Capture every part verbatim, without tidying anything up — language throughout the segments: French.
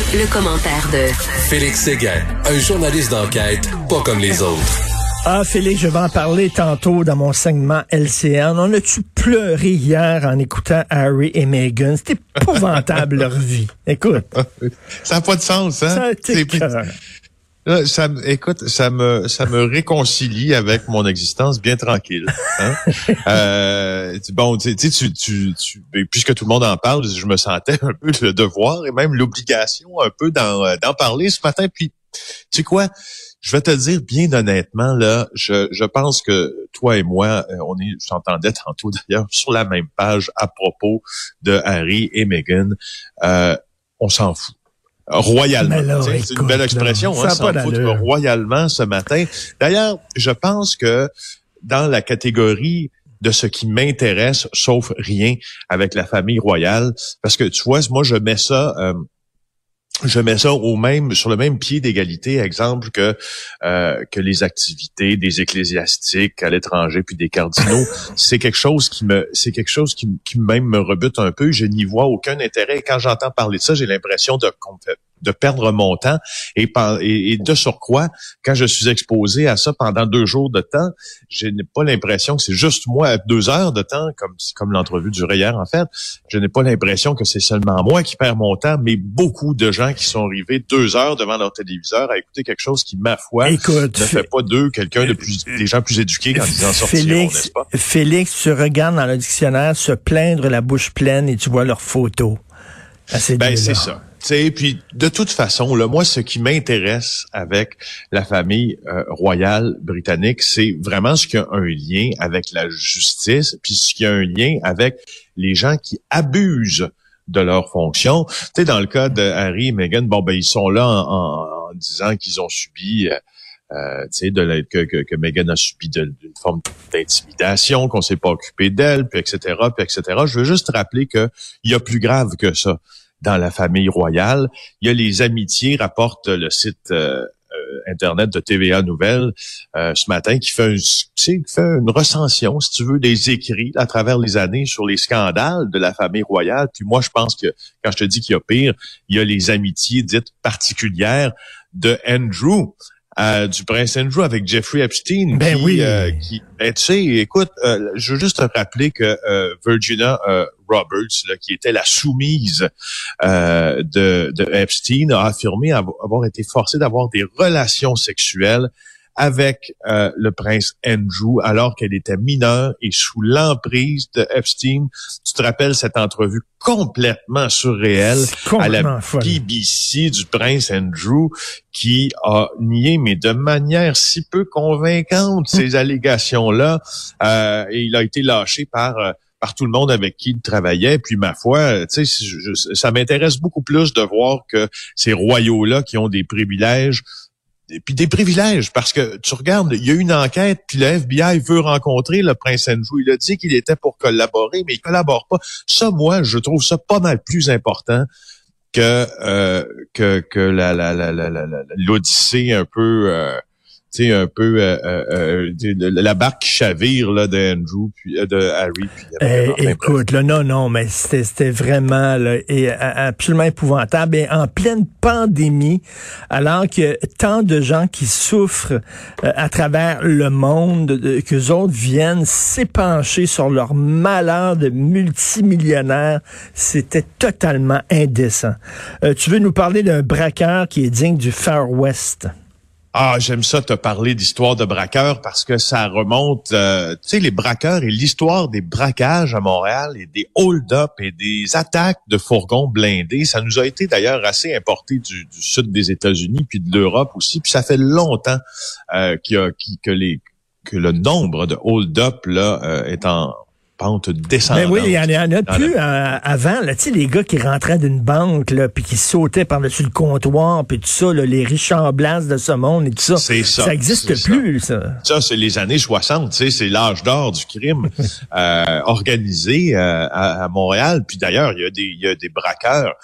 le commentaire de Félix Séguin, un journaliste d'enquête pas comme les autres. Ah, Félix, je vais en parler tantôt dans mon segment L C N. On a-tu pleuré hier en écoutant Harry et Meghan? C'était épouvantable leur vie. Écoute. Ça n'a pas de sens, hein? Ça C'est, là, ça, écoute, ça me, ça me réconcilie avec mon existence bien tranquille. Hein? euh, bon, tu sais, tu, tu, tu, puisque tout le monde en parle, je me sentais un peu le devoir et même l'obligation un peu d'en, d'en parler ce matin. Puis, tu sais quoi? Je vais te dire bien honnêtement, là, je, je pense que toi et moi, on est, je t'entendais tantôt d'ailleurs, sur la même page à propos de Harry et Meghan. Euh, on s'en fout. Royalement. Là, c'est écoute, une belle expression, là, hein, s'en fout royalement ce matin. D'ailleurs, je pense que dans la catégorie de ce qui m'intéresse, sauf rien avec la famille royale, parce que tu vois, moi je mets ça... Euh, Je mets ça au même, sur le même pied d'égalité, exemple, que euh, que les activités des ecclésiastiques à l'étranger puis des cardinaux. C'est quelque chose qui me, c'est quelque chose qui, qui même me rebute un peu. Je n'y vois aucun intérêt. Et quand j'entends parler de ça, j'ai l'impression de de perdre mon temps. Et, et, et de surcroît, quand je suis exposé à ça pendant deux jours de temps, je n'ai pas l'impression que c'est juste moi, deux heures de temps, comme comme l'entrevue durait hier en fait. Je n'ai pas l'impression que c'est seulement moi qui perds mon temps, mais beaucoup de gens qui sont arrivés deux heures devant leur téléviseur à écouter quelque chose qui, ma foi, Écoute, ne fait pas d'eux quelqu'un de plus, des gens plus éduqués quand ils en sortiront, Félix, n'est-ce pas? Félix, tu regardes dans le dictionnaire se plaindre la bouche pleine et tu vois leurs photos. Ben, c'est ça. T'sais, puis de toute façon, là, moi, ce qui m'intéresse avec la famille euh, royale britannique, c'est vraiment ce qui a un lien avec la justice, puis ce qui a un lien avec les gens qui abusent de leurs fonctions. Tu sais, dans le cas de Harry et Meghan, bon, ben ils sont là en, en, en disant qu'ils ont subi... Euh, Euh, tu sais, de la, que, que, que Meghan a subi de, d'une forme d'intimidation, qu'on s'est pas occupé d'elle, puis et cetera, puis et cetera. Je veux juste rappeler que il y a plus grave que ça dans la famille royale. Il y a les amitiés, rapporte le site euh, euh, internet de T V A Nouvelles euh, ce matin, qui fait, un, tu sais, qui fait une recension, si tu veux, des écrits à travers les années sur les scandales de la famille royale. Puis moi, je pense que quand je te dis qu'il y a pire, il y a les amitiés dites particulières de Andrew. Euh, du prince Andrew avec Jeffrey Epstein. Ben qui, oui. Euh, qui, ben, tu sais, écoute, euh, je veux juste te rappeler que euh, Virginia euh, Roberts, là, qui était la soumise euh, de, de Epstein, a affirmé avoir été forcée d'avoir des relations sexuelles avec euh, le prince Andrew alors qu'elle était mineure et sous l'emprise de Epstein. Tu te rappelles cette entrevue complètement surréelle à la folle. B B C du prince Andrew qui a nié, mais de manière si peu convaincante, ces allégations-là. Euh, et il a été lâché par... Euh, par tout le monde avec qui il travaillait. Puis ma foi, tu sais, ça m'intéresse beaucoup plus de voir que ces royaux-là qui ont des privilèges, et puis des privilèges, parce que tu regardes, il y a une enquête, puis le F B I veut rencontrer le prince Andrew. Il a dit qu'il était pour collaborer, mais il collabore pas. Ça, moi, je trouve ça pas mal plus important que euh, que que la la la la la l'odyssée un peu euh, tu sais, un peu euh, euh, la barque qui chavire là de Andrew puis euh, de Harry puis euh, écoute là non non mais c'était c'était vraiment là, et, absolument épouvantable et en pleine pandémie alors que tant de gens qui souffrent euh, à travers le monde que les autres viennent s'épancher sur leur malheur de multimillionnaires, c'était totalement indécent. Euh, tu veux nous parler d'un braqueur qui est digne du Far West? Ah, j'aime ça te parler d'histoire de braqueurs parce que ça remonte, euh, tu sais, les braqueurs et l'histoire des braquages à Montréal et des hold-up et des attaques de fourgons blindés. Ça nous a été d'ailleurs assez importé du, du sud des États-Unis puis de l'Europe aussi. Puis ça fait longtemps euh, qu'il y a, qu'il, que les que le nombre de hold-up là euh, est en pente descendante. Ben oui, il y en, y en a plus la... euh, avant, là, tu sais, les gars qui rentraient d'une banque, là, puis qui sautaient par-dessus le comptoir, puis tout ça, là, les Richard Blas de ce monde et tout ça. C'est ça. Ça existe plus, ça. Ça, c'est les années soixante, tu sais, c'est l'âge d'or du crime euh, organisé euh, à, à Montréal. Puis d'ailleurs, il y a des, il y a des braqueurs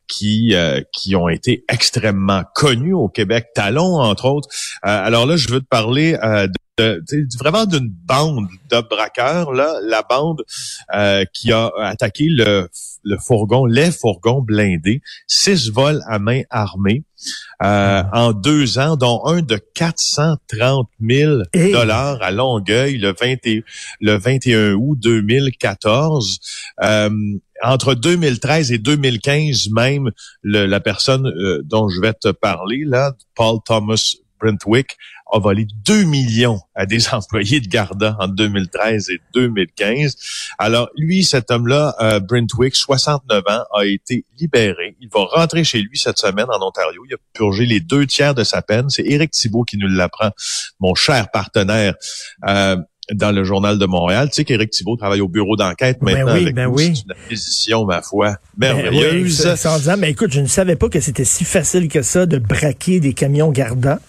qui euh, qui ont été extrêmement connus au Québec, Talon entre autres. Euh, alors là, je veux te parler euh, de De, vraiment d'une bande de braqueurs, là, la bande euh, qui a attaqué le, le fourgon, les fourgons blindés, six vols à main armée euh, en deux ans, dont un de quatre cent trente mille dollars à Longueuil le vingt et, le vingt et un août deux mille quatorze. Euh, entre deux mille treize et deux mille quinze même, le, la personne euh, dont je vais te parler, là, Paul Thomas Brentwick, a volé deux millions à des employés de Garda en deux mille treize et deux mille quinze. Alors, lui, cet homme-là, euh, Brentwick, soixante-neuf ans, a été libéré. Il va rentrer chez lui cette semaine en Ontario. Il a purgé les deux tiers de sa peine. C'est Éric Thibault qui nous l'apprend, mon cher partenaire, euh, dans le Journal de Montréal. Tu sais qu'Éric Thibault travaille au bureau d'enquête maintenant ben oui, avec ben nous. oui. C'est une acquisition, ma foi, merveilleuse. Ben oui, sans disant, mais écoute, je ne savais pas que c'était si facile que ça de braquer des camions Garda.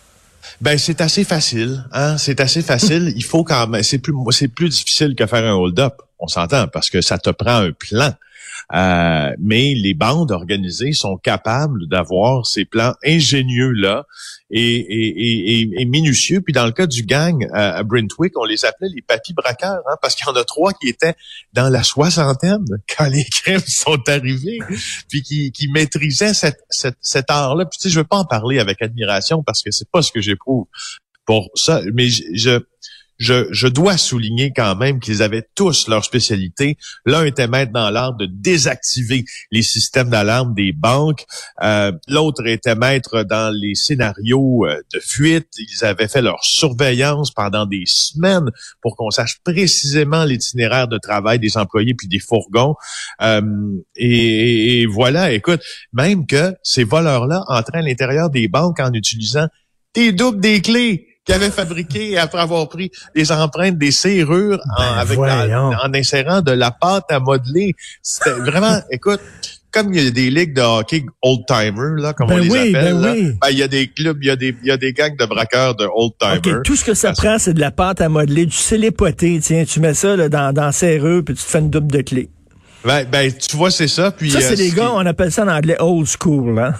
Ben c'est assez facile, hein. C'est assez facile. Il faut quand même. C'est plus, c'est plus difficile que faire un hold-up. On s'entend parce que ça te prend un plan. Euh, mais les bandes organisées sont capables d'avoir ces plans ingénieux-là et, et, et, et, et minutieux. Puis dans le cas du gang euh, à Brentwick, on les appelait les papis braqueurs, hein, parce qu'il y en a trois qui étaient dans la soixantaine quand les crimes sont arrivés, puis qui, qui maîtrisaient cette, cette, cet art-là. Puis tu sais, je veux pas en parler avec admiration parce que c'est pas ce que j'éprouve pour ça, mais je... je Je, je dois souligner quand même qu'ils avaient tous leur spécialité. L'un était maître dans l'art de désactiver les systèmes d'alarme des banques. Euh, l'autre était maître dans les scénarios euh, de fuite. Ils avaient fait leur surveillance pendant des semaines pour qu'on sache précisément l'itinéraire de travail des employés puis des fourgons. Euh, et, et voilà, écoute, même que ces voleurs-là entraient à l'intérieur des banques en utilisant des doubles des clés qu'ils avaient fabriqué après avoir pris des empreintes, des serrures en, ben avec en, en insérant de la pâte à modeler. C'était vraiment, écoute, comme il y a des ligues de hockey old-timer, là, comme ben on les oui, appelle, ben là, oui. ben, il y a des clubs, il y a des, il y a des gangs de braqueurs de old-timer. OK, tout ce que ça Parce... prend, c'est de la pâte à modeler, du scellé-poté, tiens, tu mets ça là, dans, dans la serrure, puis tu te fais une double de clés. Ben, ben, tu vois, c'est ça. Puis ça, c'est euh, les gars, on appelle ça en anglais old school, hein?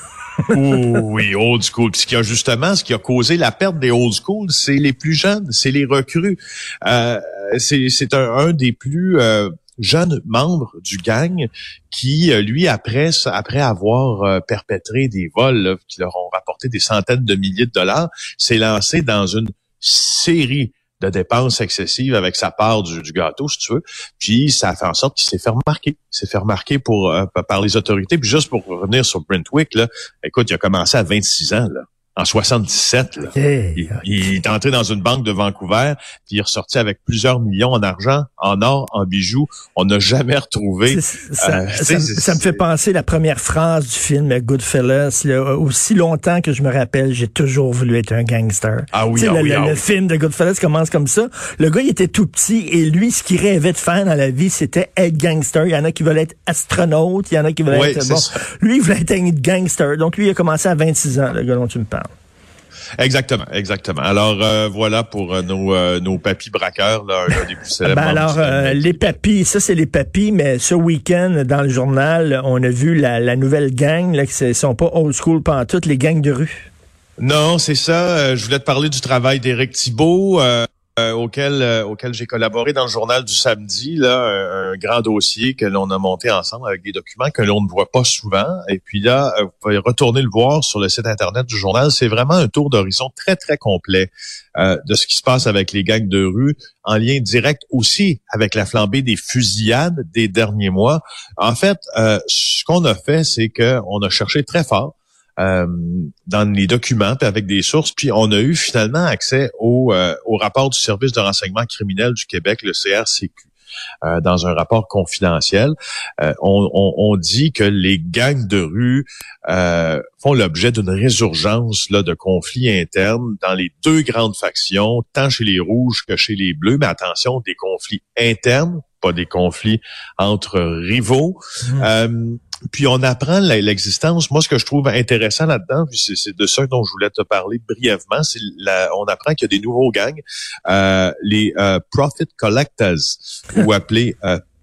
Oh, oui, old school. Puis ce qui a justement, ce qui a causé la perte des old school, c'est les plus jeunes, c'est les recrues. Euh, c'est, c'est un, un des plus euh, jeunes membres du gang qui, lui, après, après avoir euh, perpétré des vols là, qui leur ont rapporté des centaines de milliers de dollars, s'est lancé dans une série de dépenses excessives avec sa part du, du gâteau, si tu veux. Puis ça a fait en sorte qu'il s'est fait remarquer. Il s'est fait remarquer pour, euh, par les autorités. Puis juste pour revenir sur Brentwick, là, écoute, il a commencé à vingt-six ans, là. En soixante-dix-sept, là. Okay, il, okay. il est entré dans une banque de Vancouver, puis il est ressorti avec plusieurs millions en argent, en or, en bijoux. On n'a jamais retrouvé. C'est, ça, euh, ça, ça me fait penser la première phrase du film Goodfellas. Là, aussi longtemps que je me rappelle, j'ai toujours voulu être un gangster. Ah oui, ah le, oui, le, ah le oui. film de Goodfellas commence comme ça. Le gars, il était tout petit et lui, ce qu'il rêvait de faire dans la vie, c'était être gangster. Il y en a qui veulent être astronaute, il y en a qui veulent oui, être... Bon, ça. lui, il voulait être un gangster. Donc, lui, il a commencé à vingt-six ans, le gars dont tu me parles. Exactement, exactement. Alors euh, voilà pour euh, nos euh, nos papis braqueurs, là, un des plus célèbres. Ben alors euh, les papis, ça c'est les papis, mais ce week-end dans le journal, on a vu la, la nouvelle gang là, qui ne sont pas old school pantoute, les gangs de rue. Non, c'est ça. Euh, je voulais te parler du travail d'Éric Thibault. Euh, Euh, auquel euh, auquel j'ai collaboré dans le journal du samedi, là, un, un grand dossier que l'on a monté ensemble avec des documents que l'on ne voit pas souvent. Et puis là, euh, vous pouvez retourner le voir sur le site internet du journal. C'est vraiment un tour d'horizon très, très complet euh, de ce qui se passe avec les gangs de rue, en lien direct aussi avec la flambée des fusillades des derniers mois. En fait, euh, ce qu'on a fait, c'est qu'on a cherché très fort Euh, dans les documents, puis avec des sources, puis on a eu finalement accès au, euh, au rapport du Service de renseignement criminel du Québec, le C R C Q, euh, dans un rapport confidentiel. Euh, on, on, on dit que les gangs de rue euh, font l'objet d'une résurgence là de conflits internes dans les deux grandes factions, tant chez les Rouges que chez les Bleus, mais attention, des conflits internes, pas des conflits entre rivaux. Mmh. Euh, Puis on apprend l'existence. Moi, ce que je trouve intéressant là-dedans, puis c'est, c'est de ça dont je voulais te parler brièvement, c'est la, on apprend qu'il y a des nouveaux gangs, euh, les euh, Profit Collectors, ou appelés euh,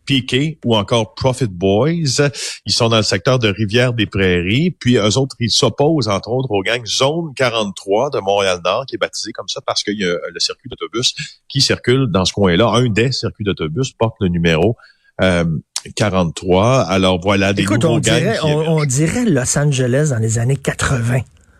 P K ou encore Profit Boys. Ils sont dans le secteur de Rivière-des-Prairies. Puis eux autres, ils s'opposent entre autres aux gangs Zone quarante-trois de Montréal-Nord, qui est baptisé comme ça parce qu'il y a le circuit d'autobus qui circule dans ce coin-là. Un des circuits d'autobus porte le numéro euh, quarante-trois. Alors voilà, des Écoute, nouveaux on gangs. dirait, on, on dirait Los Angeles dans les années quatre-vingts.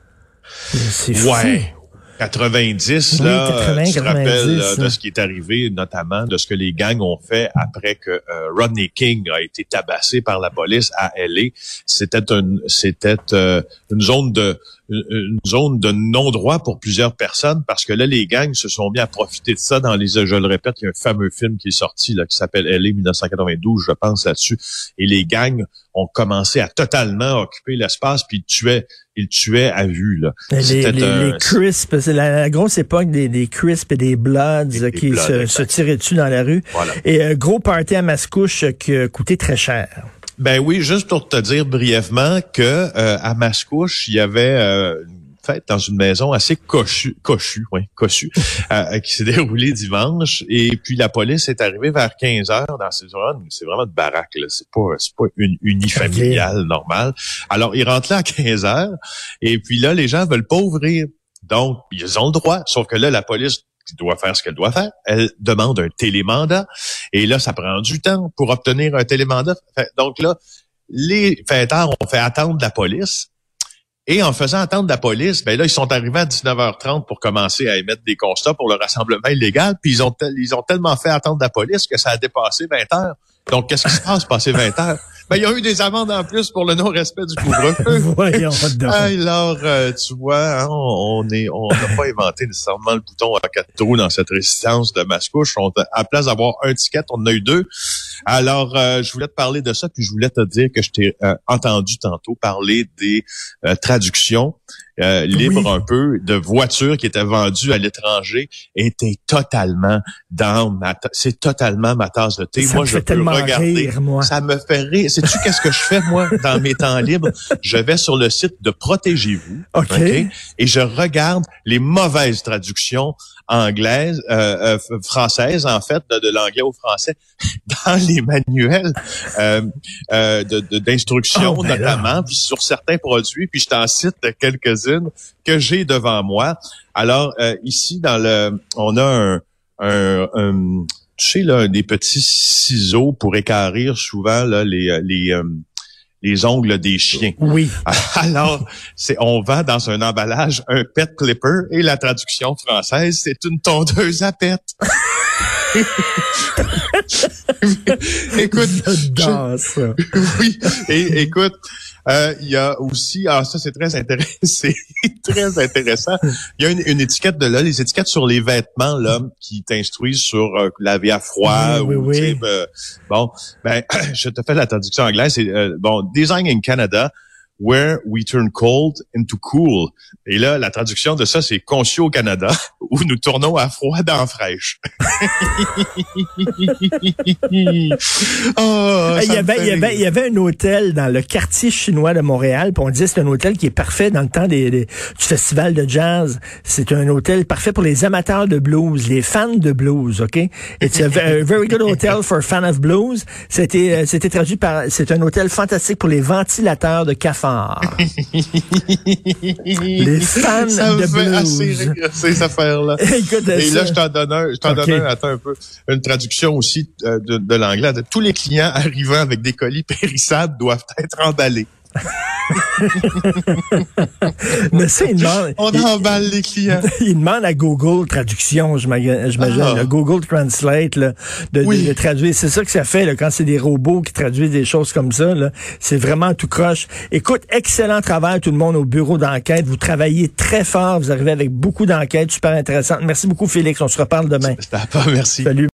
C'est fou. Ouais. quatre-vingt-dix, oui, là, quatre-vingts, tu te rappelles quatre-vingt-dix, là, de ce qui est arrivé, notamment de ce que les gangs ont fait après que euh, Rodney King a été tabassé par la police à L A. C'était une, c'était euh, une zone de une zone de non-droit pour plusieurs personnes parce que là, les gangs se sont mis à profiter de ça dans les, je le répète, il y a un fameux film qui est sorti là qui s'appelle L A dix-neuf cent quatre-vingt-douze, je pense là-dessus, et les gangs ont commencé à totalement occuper l'espace puis ils tuaient, ils tuaient à vue là. Les, C'était les, un, les crisps, c'est la, la grosse époque des, des crisps et des bloods des, qui des se, bloods, se tiraient dessus dans la rue. Voilà. Et un gros party à Mascouche qui a coûté très cher. Ben oui, juste pour te dire brièvement que euh, à Mascouche, il y avait euh, une fête dans une maison assez cochue, cochue, oui, cochue, euh, qui s'est déroulée dimanche. Et puis la police est arrivée vers quinze heures. Dans ces zones, c'est vraiment de baraque, là. C'est pas, c'est pas une unifamiliale normale. Alors ils rentrent là à quinze heures. Et puis là, les gens veulent pas ouvrir. Donc ils ont le droit. Sauf que là, la police qui doit faire ce qu'elle doit faire. Elle demande un télémandat. Et là, ça prend du temps pour obtenir un télémandat. Donc là, les fêteurs ont fait attendre la police. Et en faisant attendre la police, ben là, ils sont arrivés à dix-neuf heures trente pour commencer à émettre des constats pour le rassemblement illégal. Puis ils ont, tel, ils ont tellement fait attendre la police que ça a dépassé vingt heures. Donc, qu'est-ce qui se passe passé vingt heures? Ben, il y a eu des amendes en plus pour le non-respect du couvre-feu. Voyons donc. Alors, euh, tu vois, hein, on est, on n'a pas inventé nécessairement le bouton à quatre trous dans cette résistance de Mascouche. On, à place d'avoir un ticket, on en a eu deux. Alors, euh, je voulais te parler de ça, puis je voulais te dire que je t'ai euh, entendu tantôt parler des euh, traductions euh, libres oui. un peu de voitures qui étaient vendues à l'étranger, étaient totalement dans ma, ta- c'est totalement ma tasse de thé. Ça moi, me je fait peux regarder. Rire, moi. Ça me fait rire. Sais-tu qu'est-ce que je fais moi dans mes temps libres? Je vais sur le site de Protégez-vous, okay. Okay, et je regarde les mauvaises traductions anglaises, euh, euh, françaises en fait, de, de l'anglais au français, dans les manuels euh, euh, de, de, d'instruction oh, ben notamment, puis sur certains produits, puis je t'en cite quelques-unes que j'ai devant moi. Alors euh, ici dans le, on a un, un, un tu sais là, des petits ciseaux pour équarrir souvent là les les euh, les ongles des chiens. Oui. Alors, c'est, on vend dans un emballage un pet clipper et la traduction française, c'est une tondeuse à pet. Écoute, j'adore ça. Oui, et écoute, euh, il y a aussi, ah ça c'est très intéressant, c'est très intéressant. Il y a une, une étiquette de là, les étiquettes sur les vêtements là qui t'instruisent sur euh, laver à froid oui, ou oui, tu sais, oui. ben, bon, ben je te fais la traduction anglaise, c'est euh, bon, Design in Canada. Where we turn cold into cool. Et là, la traduction de ça, c'est conçu au Canada, où nous tournons à froid dans fraîche. Oh, il y avait, il y avait, il y avait un hôtel dans le quartier chinois de Montréal, puis on disait c'est un hôtel qui est parfait dans le temps des, des, du festival de jazz. C'est un hôtel parfait pour les amateurs de blues, les fans de blues, OK? It's a very good hotel for fans of blues. C'était, c'était traduit par, c'est un hôtel fantastique pour les ventilateurs de cafard. Les fans ça me de fait blues. assez régresser cette affaire-là. Écoute, et ça. là, je t'en donne un, je t'en okay. donne un, attends un peu, une traduction aussi euh, de, de l'anglais. De, tous les clients arrivant avec des colis périssables doivent être emballés. Mais ça, il demande, on il, emballe les clients. Il demande à Google Traduction, j'imagine, ah. Google Translate, là, de, oui. de, de traduire. C'est ça que ça fait là, quand c'est des robots qui traduisent des choses comme ça. Là, c'est vraiment tout croche. Écoute, excellent travail tout le monde au bureau d'enquête. Vous travaillez très fort. Vous arrivez avec beaucoup d'enquêtes super intéressantes. Merci beaucoup, Félix. On se reparle demain. C'était pas, merci. Salut.